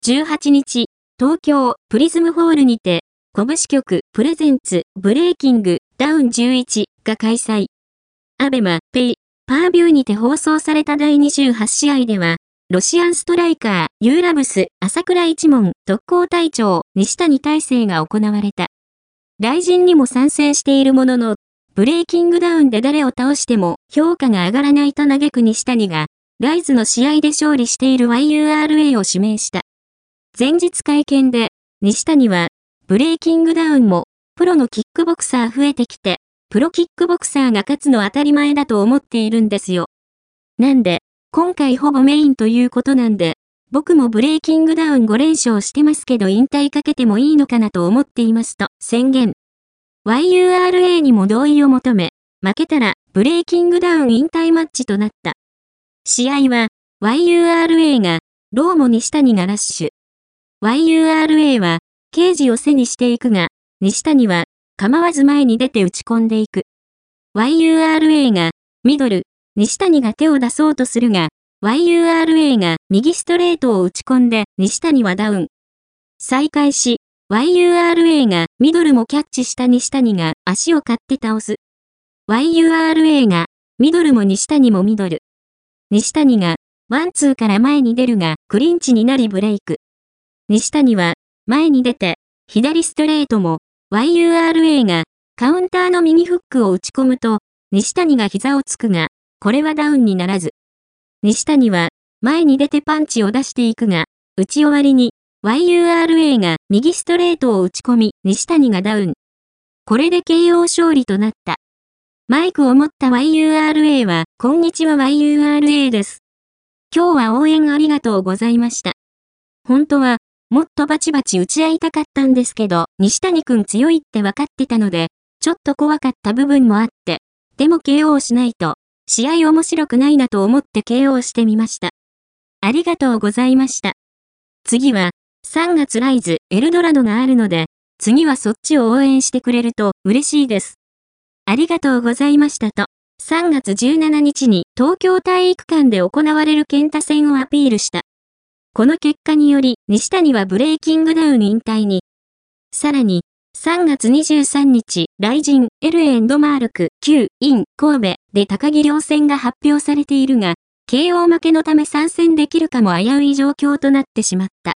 18日、東京プリズムホールにて、拳曲プレゼンツブレイキングダウン11が開催。アベマ、ペイ、パービューにて放送された第28試合では、ロシアンストライカー、ユーラブス、朝倉一門、特攻隊長、西谷大成が行われた。雷神にも参戦しているものの、ブレイキングダウンで誰を倒しても評価が上がらないと嘆く西谷が、ライズの試合で勝利している YURA を指名した。前日会見で、西谷は、ブレイキングダウンも、プロのキックボクサー増えてきて、プロキックボクサーが勝つの当たり前だと思っているんですよ。なんで、今回ほぼメインということなんで、僕もブレイキングダウン5連勝してますけど引退かけてもいいのかなと思っていますと宣言。YURA にも同意を求め、負けたらブレイキングダウン引退マッチとなった。試合は、YURA が、ローも西谷がラッシュ。YURA は、ケージを背にしていくが、西谷は、構わず前に出て打ち込んでいく。YURA が、ミドル、西谷が手を出そうとするが、YURA が右ストレートを打ち込んで、西谷はダウン。再開し、YURA がミドルもキャッチした西谷が足を刈って倒す。YURA が、ミドルも西谷もミドル。西谷が、ワンツーから前に出るが、クリンチになりブレイク。西谷は、前に出て、左ストレートも、YURA が、カウンターの右フックを打ち込むと、西谷が膝をつくが、これはダウンにならず。西谷は、前に出てパンチを出していくが、打ち終わりに、YURA が右ストレートを打ち込み、西谷がダウン。これで KO 勝利となった。マイクを持った YURA は、こんにちは YURA です。今日は応援ありがとうございました。本当は、もっとバチバチ打ち合いたかったんですけど、西谷くん強いって分かってたので、ちょっと怖かった部分もあって、でも KO しないと、試合面白くないなと思って KO してみました。ありがとうございました。次は、3月ライズ、エルドラドがあるので、次はそっちを応援してくれると嬉しいです。ありがとうございましたと、3月17日に東京体育館で行われる健太戦をアピールした。この結果により、西谷はブレイキングダウン引退に。さらに、3月23日、雷神、L& マールク、Q、IN、神戸で高木亮戦が発表されているが、KO負けのため参戦できるかも危うい状況となってしまった。